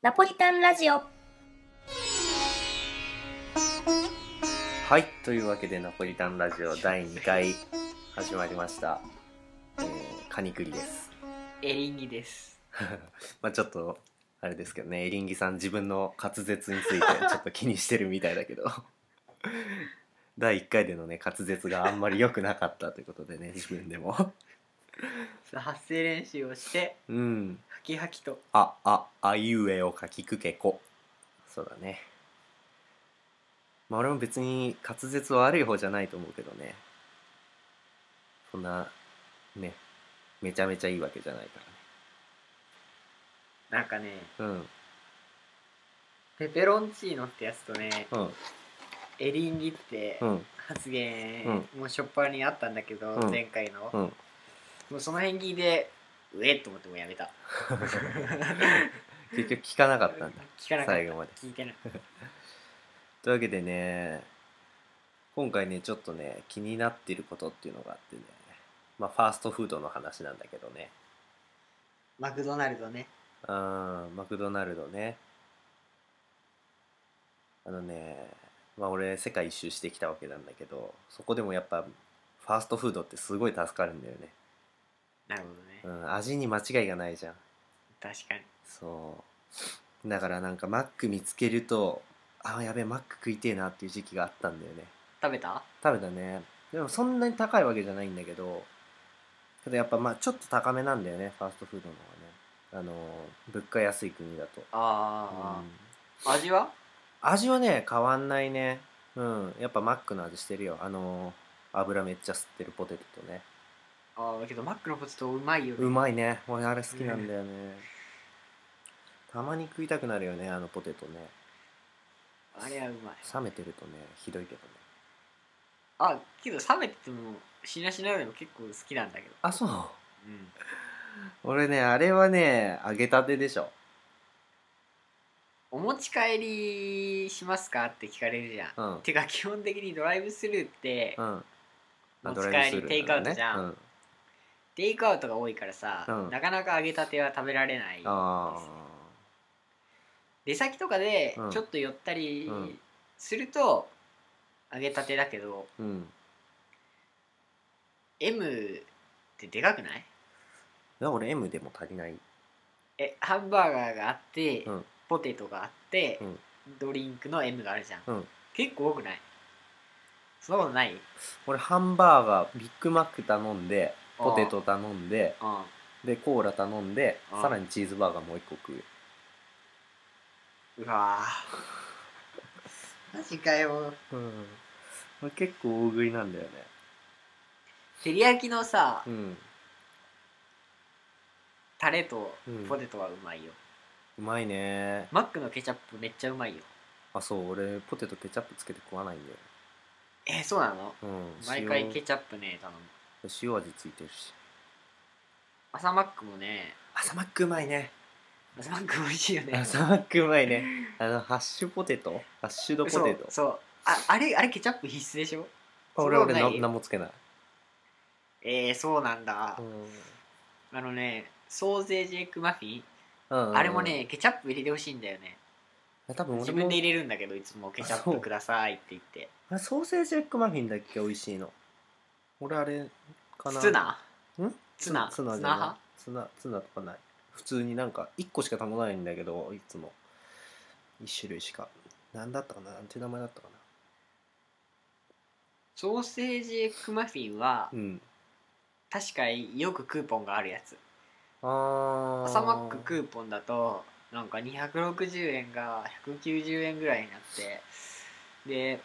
ナポリタンラジオ。 はい、というわけでナポリタンラジオ第2回始まりました。カニクリです。 エリンギです。 まあちょっとあれですけどね、エリンギさん自分の滑舌についてちょっと気にしてるみたいだけど第1回でのね滑舌があんまり良くなかったということでね、自分でも発声練習をしてうん、 ハキハキとあいうえをかきくけこ、そうだね。まあ俺も別に滑舌悪い方じゃないと思うけどね、そんなねめちゃめちゃいいわけじゃないかなんかね、 らね。 ペペロンチーノってやつとね、 うんエリンギってうん発言、もうしょっぱなにあったんだけど、前回の、 うんもうその辺聞いてうえっと思ってもうやめた結局聞かなかったんだ。 聞かなかった、 最後まで。 聞いてないというわけでね、今回ねちょっとね気になっていることっていうのがあってね、まあファーストフードの話なんだけどね。 マクドナルドね。 マクドナルドね。まあ俺世界一周してきたわけなんだけど、そこでもやっぱファーストフードってすごい助かるんだよね。 なるほどね、 味に間違いがないじゃん。 確かに。 そうだからなんかマック見つけると、やべえマック食いてえなっていう時期があったんだよね。 食べた？ 食べたね。でもそんなに高いわけじゃないんだけど、ただやっぱまあちょっと高めなんだよね、ファーストフードの方がね。物価安い国だと。 味は？ 味はね変わんないね。やっぱマックの味してるよ。油めっちゃ吸ってるポテトとね。 けどマックのポテトうまいよね。 うまいね。俺あれ好きなんだよね。たまに食いたくなるよね、あのポテトね。 あれはうまい。 冷めてるとねひどいけどね。 けど冷めててもしなしなよりも結構好きなんだけど。 そう。俺ねあれはね揚げたてでしょ。 お持ち帰りしますかって聞かれるじゃん。てか基本的にドライブスルーって、持ち帰りテイクアウトじゃん。テイクアウトが多いからさ、なかなか揚げたては食べられないんですよ。出先とかでちょっと寄ったりすると揚げたてだけど、M ってでかくない？ 俺 M でも足りない。 ハンバーガーがあって、ポテトがあって、ドリンクの M があるじゃん。結構多くない？そんなことない？ 俺ハンバーガービッグマック頼んでポテト頼んででコーラ頼んでさらにチーズバーガーもう一個食うよ。 うわマジかよ。 結構大食いなんだよね。 照り焼きのさ、タレとポテトはうまいよ。 うまいね。 マックのケチャップめっちゃうまいよ。 そう、俺ポテトケチャップつけて食わないんだよ。 そうなの？毎回ケチャップね頼む。 塩味ついてるし。 朝マックもね。 朝マックうまいね。 朝マック美味しいよね。 朝マックうまいね。ハッシュポテト、ハッシュドポテト。 そう。あれケチャップ必須でしょ？ 俺何もつけない。 そうなんだ。ソーセージエッグマフィン、あれもねケチャップ入れてほしいんだよね。 多分俺も自分で入れるんだけど、いつもケチャップくださいって言って。 ソーセージエッグマフィンだっけ美味しいの。俺あれかな。ツナとかない。普通になんか1個しか頼まないんだけど、いつも1種類しか。なんだったかな、なんて名前だったかな。 ソーセージエッグマフィンは、確かよくクーポンがあるやつ。朝マッククーポンだとなんか260円が190円ぐらいになって、で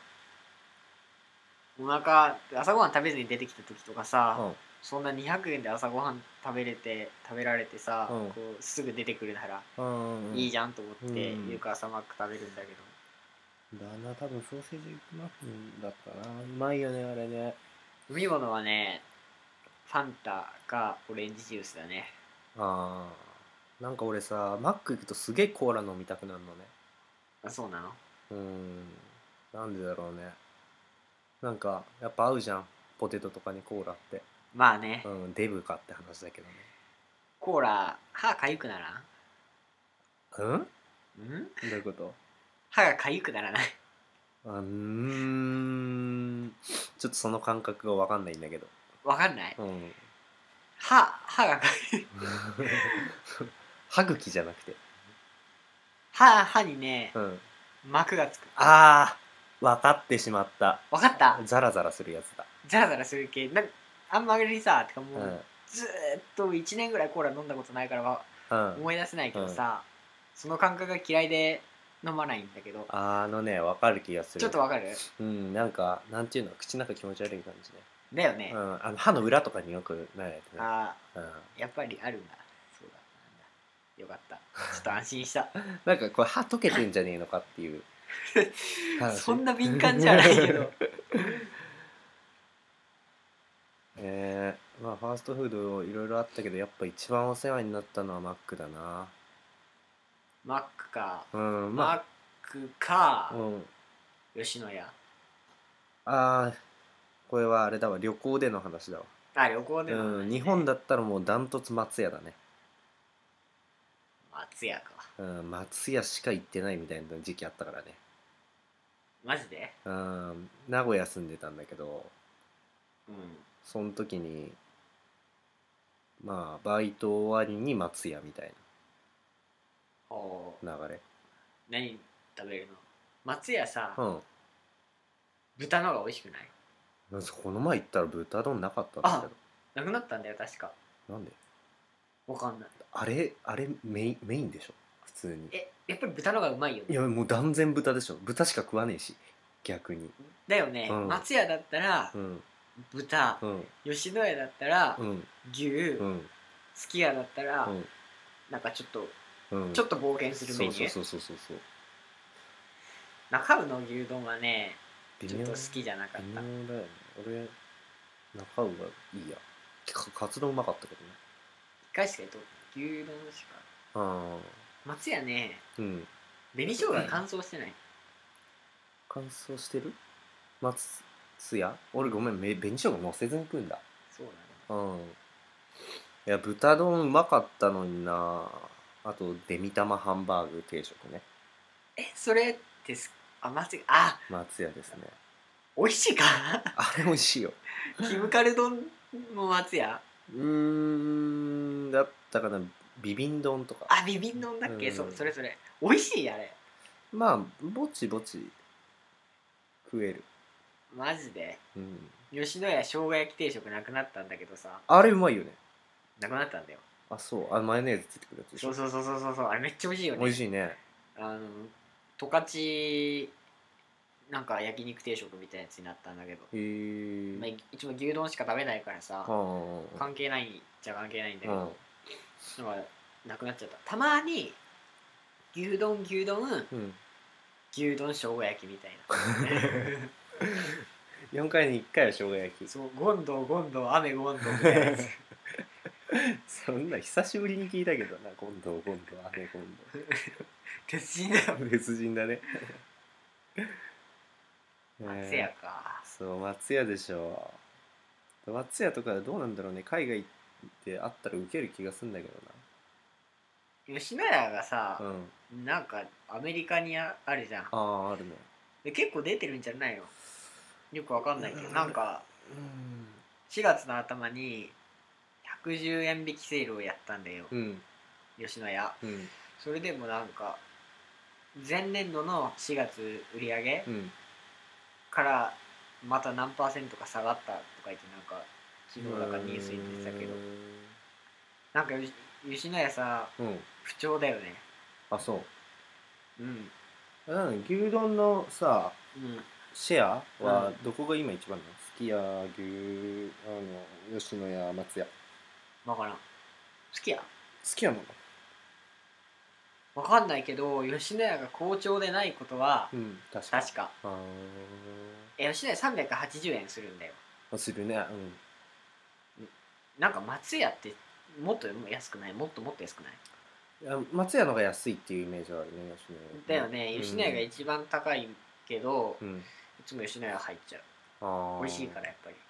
朝ごはん食べずに出てきた時とかさ、そんな200円で朝ごはん食べられてさ、こうすぐ出てくるならいいじゃんと思ってよく朝マック食べるんだけど。 だな、多分ソーセージエッグマフィンだったな。うまいよねあれね。 飲み物はねファンタかオレンジジュースだね。 なんか俺さマック行くとすげえコーラ飲みたくなるのね。 そうなの？ なんでだろうね。なんかやっぱ合うじゃん、ポテトとかにコーラって。 まあね。 デブかって話だけどね。 コーラ歯かゆくならん？ んどういうこと？ 歯がかゆくならない？ ちょっとその感覚が分かんないんだけど。 分かんない？ うん。 歯がかゆい。 歯茎じゃなくて。 歯にね、 うん。 膜がつく。 あー、分かってしまった。 分かった。 ザラザラするやつだ。 ザラザラする系。あんまりさ、てかもう、 うん、 ずーっと1年ぐらいコーラ飲んだことないから思い出せないけどさ、その感覚が嫌いで飲まないんだけど。 分かる気がする。 ちょっと分かる？ うん、なんか、なんていうの、口の中気持ち悪い感じね。 だよね。 歯の裏とかによくないやつね。 やっぱりあるんだ。そうだったんだ。よかった。ちょっと安心した。 なんかこれ歯溶けてんじゃねえのかっていうそんな敏感じゃないけど。 まあファーストフードいろいろあったけど、やっぱ一番お世話になったのはマックだな。 マックか。 マックか、吉野家。 これはあれだわ、旅行での話だわ。 旅行での話、ね。 日本だったらもうダントツ松屋だね。 松屋か。 松屋しか行ってないみたいな時期あったからね。 マジで？ 名古屋住んでたんだけど、 うん、 その時にまあバイト終わりに松屋みたいな流れ。 何食べるの？松屋さ、豚のが美味しくない？ この前行ったら豚丼なかったんだけど。 なくなったんだよ確か。 なんで？ わかんない。 あれメインでしょ普通に。 やっぱり豚のがうまいよね。 いやもう断然豚でしょ。豚しか食わねえし逆に。 だよね、松屋だったら、豚、吉野家だったら、牛、すき家だったら、なんかちょっと冒険するメニュー。そう中尾の牛丼はねちょっと好きじゃなかった。 微妙だよね。俺中尾がいいや。カツ丼うまかったけどね。 一回しか言うと牛丼しか。松屋ね、紅生姜乾燥してない？ 乾燥してる？松屋？俺ごめん、紅生姜乗せずに食うんだ。 そうなの。 いや豚丼うまかったのにな。あとデミ玉ハンバーグ定食ね。 それって松屋ですね。 美味しいか？ あれ美味しいよ。 キムカル丼も松屋？ だったかな。ビビン丼とか。 ビビン丼だっけ？それ美味しいあれ。 まあぼちぼち食える。 マジで？吉野家生姜焼き定食なくなったんだけどさ。 あれうまいよね。 なくなったんだよ。 そう。マヨネーズついてくるやつでしょ。 そうあれめっちゃ美味しいよね。 美味しいね。 十勝なんか焼肉定食みたいなやつになったんだけど、一番牛丼しか食べないからさ、関係ないっちゃ関係ないんだけど、なんかなくなっちゃった。たまに牛丼、牛丼生姜焼きみたいな。 4回に1回は生姜焼き。 そう、ゴンドウ雨ゴンドウみたいなやつ。 そんな久しぶりに聞いたけどな。ゴンドウ雨ゴンドウ。 鉄人だよ。 鉄人だね。 松屋か。 そう松屋でしょ。松屋とかどうなんだろうね。海外ってあったらウケる気がするんだけどな。吉野家がさ、なんかアメリカにあるじゃん。 あるね。 で結構出てるんじゃないの？よくわかんないけど、なんか4月の頭に110円引きセールをやったんだよ、吉野家。それでもなんか前年度の4月売り上げからまた何%か下がったとか言って、なんか昨日だかニュースに出てたけど、なんか吉野家さ、不調だよね。 そう。牛丼のさ、シェアはどこが今一番なの？すき家、吉野家、松屋。 分からん。すき家なの？ 分かんないけど、吉野家が好調でないことは、確か。吉野家380円するんだよ。 するね。 なんか松屋ってもっと安くない？もっと安くない？ いや松屋の方が安いっていうイメージはあるね、吉野家。だよね。吉野家が一番高いけど、いつも吉野家入っちゃう。美味しいからやっぱり。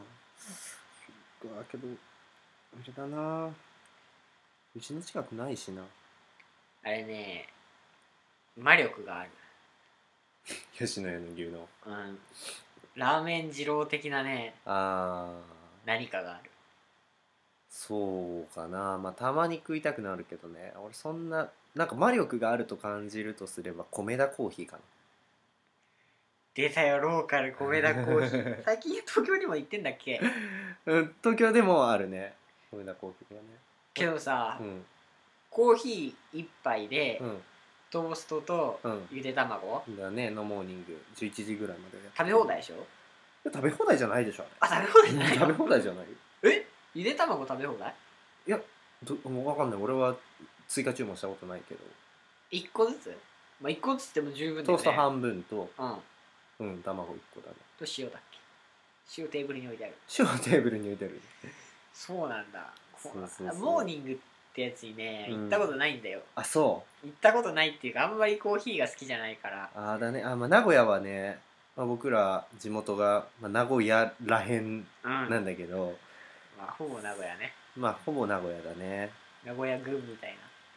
けどあれだな、うちの近くないしな。 あれね、 魔力がある。 吉野家の牛丼。 ラーメン二郎的なね、何かがある。 そうかな。まあたまに食いたくなるけどね。俺そんななんか魔力があると感じるとすれば米田コーヒーかな。 出たよ、ローカル米田コーヒー。最近東京にも行ってんだっけ？ 東京でもあるね、米田コーヒーがね。 けどさ、コーヒー一杯で、トーストとゆで卵、 だね、のモーニング11時ぐらいまで食べ放題でしょ？ 食べ放題じゃないでしょ、 あれ。食べ放題じゃないの？ 食べ放題じゃない。 ゆで卵食べ放題？ いや、もう分かんない。俺は追加注文したことないけど。 1個ずつ？まあ1個ずつでも十分だよね。 トースト半分と卵 1個だね。 と塩だっけ？塩テーブルに置いてある。 塩テーブルに置いてある。 そうなんだ。モーニングってやつにね、行ったことないんだよ。 あ、そう。 行ったことないっていうか、あんまりコーヒーが好きじゃないから。 だね。名古屋はね、僕ら地元が、名古屋らへんなんだけど、 ほぼ名古屋ね。 ほぼ名古屋だね。 名古屋郡みたい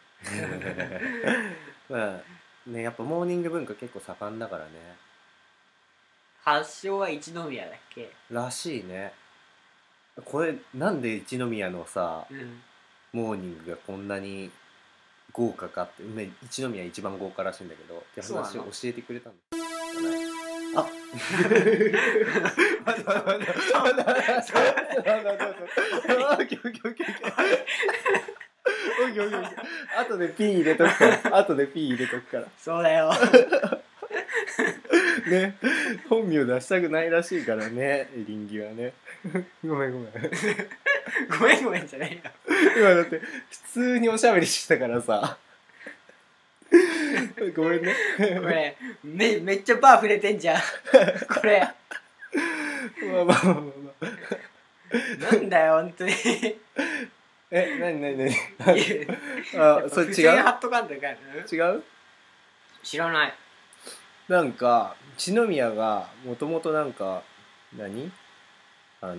な。ね、やっぱモーニング文化結構盛んだからね。 発祥は一宮だっけ？ らしいね。これなんで一宮のさ、モーニングがこんなに豪華かって、一宮一番豪華らしいんだけどって話を教えてくれたんだ。あ後でピー入れとくから。 そうだよ。 ね、本名出したくないらしいからね、エリンギはね。ごめんじゃないよ。今だって普通におしゃべりしてたからさ。ごめんね。 これめっちゃバー触れてんじゃん。これ。なんだよ本当に。 何それ違う？ 貼っとかんといかん。 違う？ 知らない。 なんか一宮がもともとなんかなんていうのか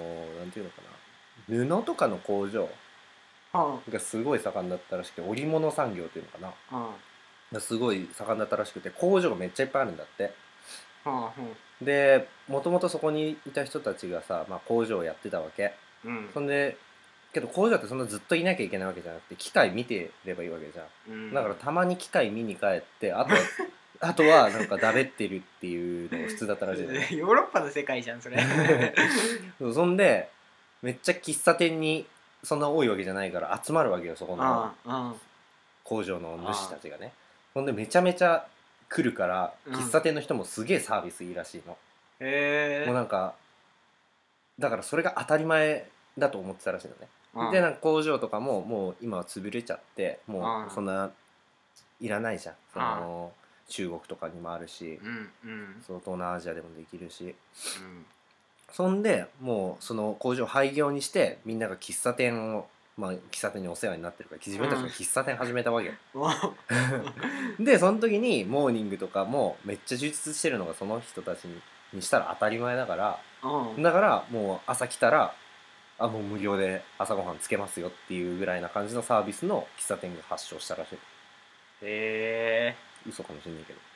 な、布とかの工場がすごい盛んだったらしくて、織物産業っていうのかな、すごい盛んだったらしくて、工場がめっちゃいっぱいあるんだって。でもともとそこにいた人たちがさ、工場をやってたわけ。そんでけど工場ってそんなずっといなきゃいけないわけじゃなくて、機械見てればいいわけじゃん。だからたまに機械見に帰って、あとはなんかだべってるっていうのが普通だったらしいね。 ヨーロッパの世界じゃんそれ。 そんでめっちゃ喫茶店にそんな多いわけじゃないから集まるわけよ、そこの工場の主たちがね。ほんでめちゃめちゃ来るから、喫茶店の人もすげえサービスいいらしいの。もうなんかだからそれが当たり前だと思ってたらしいのね。でなんか工場とかももう今は潰れちゃって、もうそんないらないじゃん。その中国とかにもあるし、その東南アジアでもできるし、そんでもうその工場廃業にしてみんなが喫茶店を、喫茶店にお世話になってるから自分たちが喫茶店始めたわけよ。でその時にモーニングとかもめっちゃ充実してるのがその人たちにしたら当たり前だから、だからもう朝来たらもう無料で朝ごはんつけますよっていうぐらいな感じのサービスの喫茶店が発祥したらしい。嘘かもしれないけど。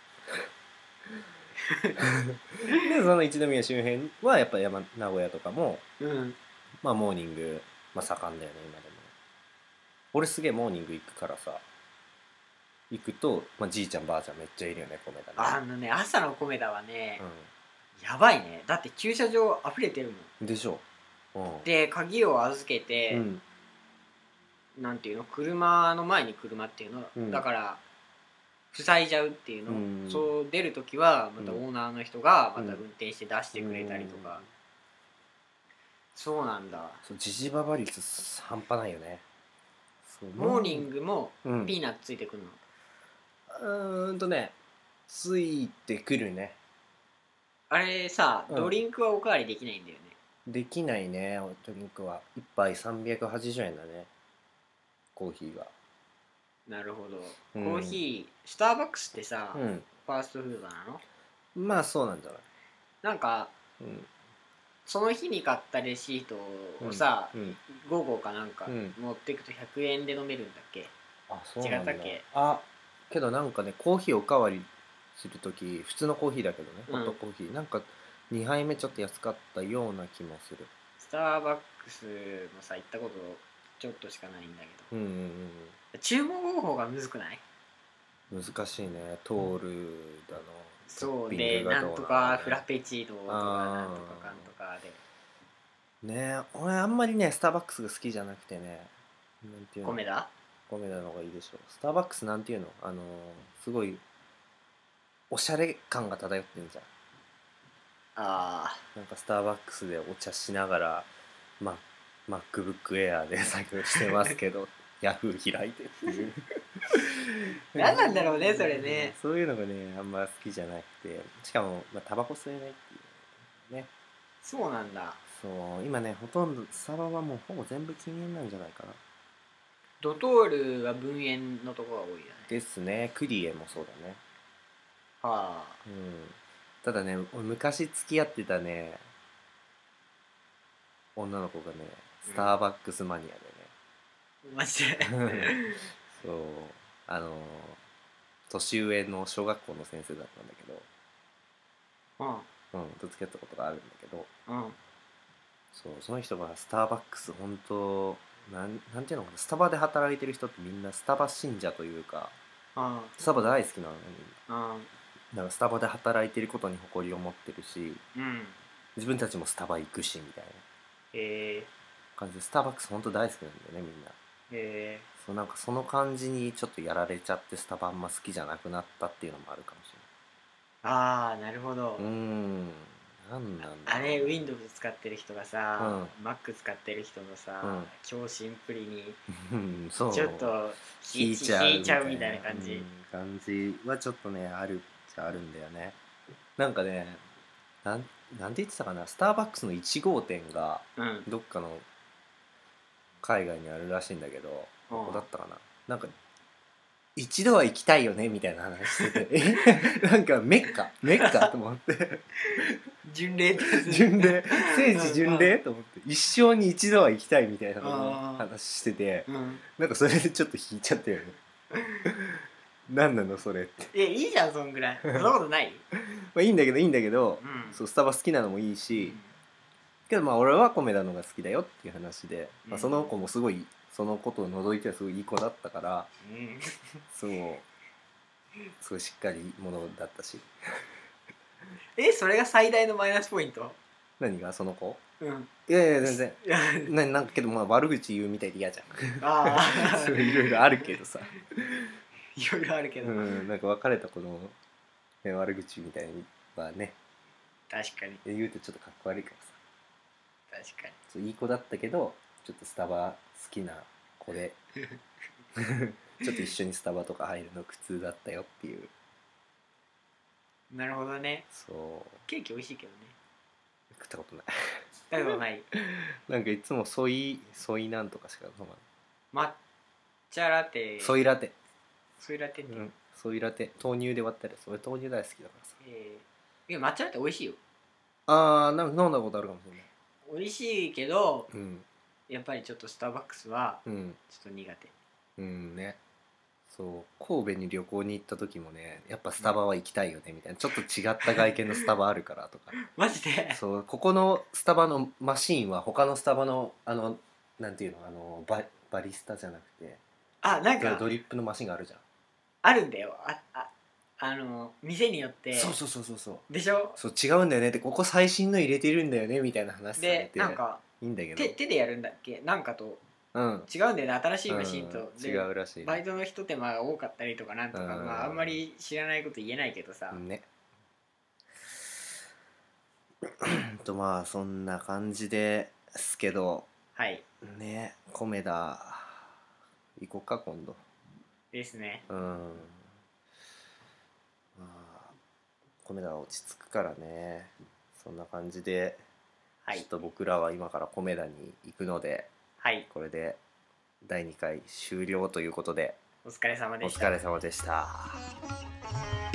でその一宮周辺はやっぱ名古屋とかも、モーニング、盛んだよね今でも。俺すげえモーニング行くからさ、行くと、じいちゃんばあちゃんめっちゃいるよね、米田ね。朝の米田はね、やばいね。だって駐車場溢れてるもんでしょ。 で鍵を預けて、なんていうの、車の前に車っていうの、だから塞いじゃうっていうの、そう出るときはまたオーナーの人がまた運転して出してくれたりとか。そうなんだ。 ジジババ率半端ないよね。 モーニングもピーナッツついてくるの？ついてくるね。 あれさ、ドリンクはおかわりできないんだよね。 できないね、ドリンクは。1杯380円だね、コーヒーが。 なるほど。コーヒー、スターバックスってさ、ファーストフードなの？ そうなんじゃない？ なんか、その日に買ったレシートをさ、午後かなんか持ってくと100円で飲めるんだっけ？ そうなんだ。 違ったっけ？ けどなんかねコーヒーおかわりするとき普通のコーヒーだけどね、ホットコーヒーなんか2杯目ちょっと安かったような気もする。 スターバックスもさ行ったことちょっとしかないんだけど、注文方法がむずくない？ 難しいね。トールだのそうでなんとかフラペチーノとかなんとかかんとかでね。俺あんまりねスターバックスが好きじゃなくてね、 なんていうの、 コメダの方がいいでしょう。スターバックスなんていうの、すごいおしゃれ感が漂ってんじゃん。なんかスターバックスでお茶しながら、MacBook Air で作業してますけどヤフー開いてっていう何なんだろうねそれね。 そういうのがねあんま好きじゃなくて、しかもタバコ吸えないっていうね。 そうなんだ。 そう今ねほとんどスタバはもうほぼ全部禁煙なんじゃないかな。 ドトールは分煙のところが多いよね。 ですね。クリエもそうだね。 はあ。 ただね俺昔付き合ってたね女の子がねスターバックスマニアでね、 マジでそう年上の小学校の先生だったんだけど、と付き合ったことがあるんだけど、そうその人がスターバックス本当なんていうのかな、スタバで働いてる人ってみんなスタバ信者というか、スタバ大好きなのねみんな。だからスタバで働いてることに誇りを持ってるし、自分たちもスタバ行くしみたいな感じでスターバックス本当大好きなんだよねみんな。そうなんかその感じにちょっとやられちゃってスタバあんま好きじゃなくなったっていうのもあるかもしれない。ああなるほど。 なんだあれ Windows 使ってる人がさ、Mac 使ってる人のさ、超シンプルにちょっと引いちゃうみたいな感じはちょっとねあるっちゃあるんだよね。なんかねなんて言ってたかな、スターバックスの1号店がどっかの海外にあるらしいんだけど、どこだったかな、なんか一度は行きたいよねみたいな話しててなんかメッカと思って巡礼聖地巡礼と思って一生に一度は行きたいみたいな話してて、なんかそれでちょっと引いちゃったよね何なのそれって。 いいじゃんそんぐらい。そんなことないいいんだけど、そうスタバ好きなのもいいし、けど俺はコメダのが好きだよっていう話で、その子もすごいそのことを除いてはすごいいい子だったから、そうすごいしっかり者だったしそれが最大のマイナスポイント？ 何がその子？いや全然なんかけど悪口言うみたいで嫌じゃんそういろいろあるけどさいろいろあるけど、 なんか別れた子の悪口みたいはね、 確かに言うとちょっとかっこ悪いからさ。 確かにいい子だったけどちょっとスタバ好きな子でちょっと一緒にスタバとか入るの苦痛だったよっていう。 なるほどね。 そうケーキ美味しいけどね。 食ったことない食べことないなんかいつもソイなんとかしか飲まない。抹茶ラテ。 ソイラテってソイラテ豆乳で割ったら、それ豆乳大好きだからさ。 いや抹茶ラテ美味しいよ。 なんか飲んだことあるかもしれない。 美味しいけど、やっぱりちょっとスターバックスはちょっと苦手。 ね。そう神戸に旅行に行った時もね、やっぱスタバは行きたいよねみたいな、ちょっと違った外見のスタバあるからとかマジで？ そうここのスタバのマシーンは他のスタバのなんていうのバリスタじゃなくてなんかドリップのマシンがあるじゃん。 あるんだよ。店によって。 そうでしょ。 そう違うんだよねって、ここ最新の入れてるんだよねみたいな話されて、 でなんかいいんだけど手でやるんだっけなんかと違うんだよね、新しいマシンと。 違うらしい、ね、 バイトの一手間が多かったりとかなんとか、あんまり知らないこと言えないけどさねそんな感じですけど、 はいね、コメダ行こっか今度ですね。 コメダは落ち着くからね。そんな感じで、ちょっと僕らは今からコメダに行くので、これで第2回終了ということで、 お疲れ様でした。 お疲れ様でした。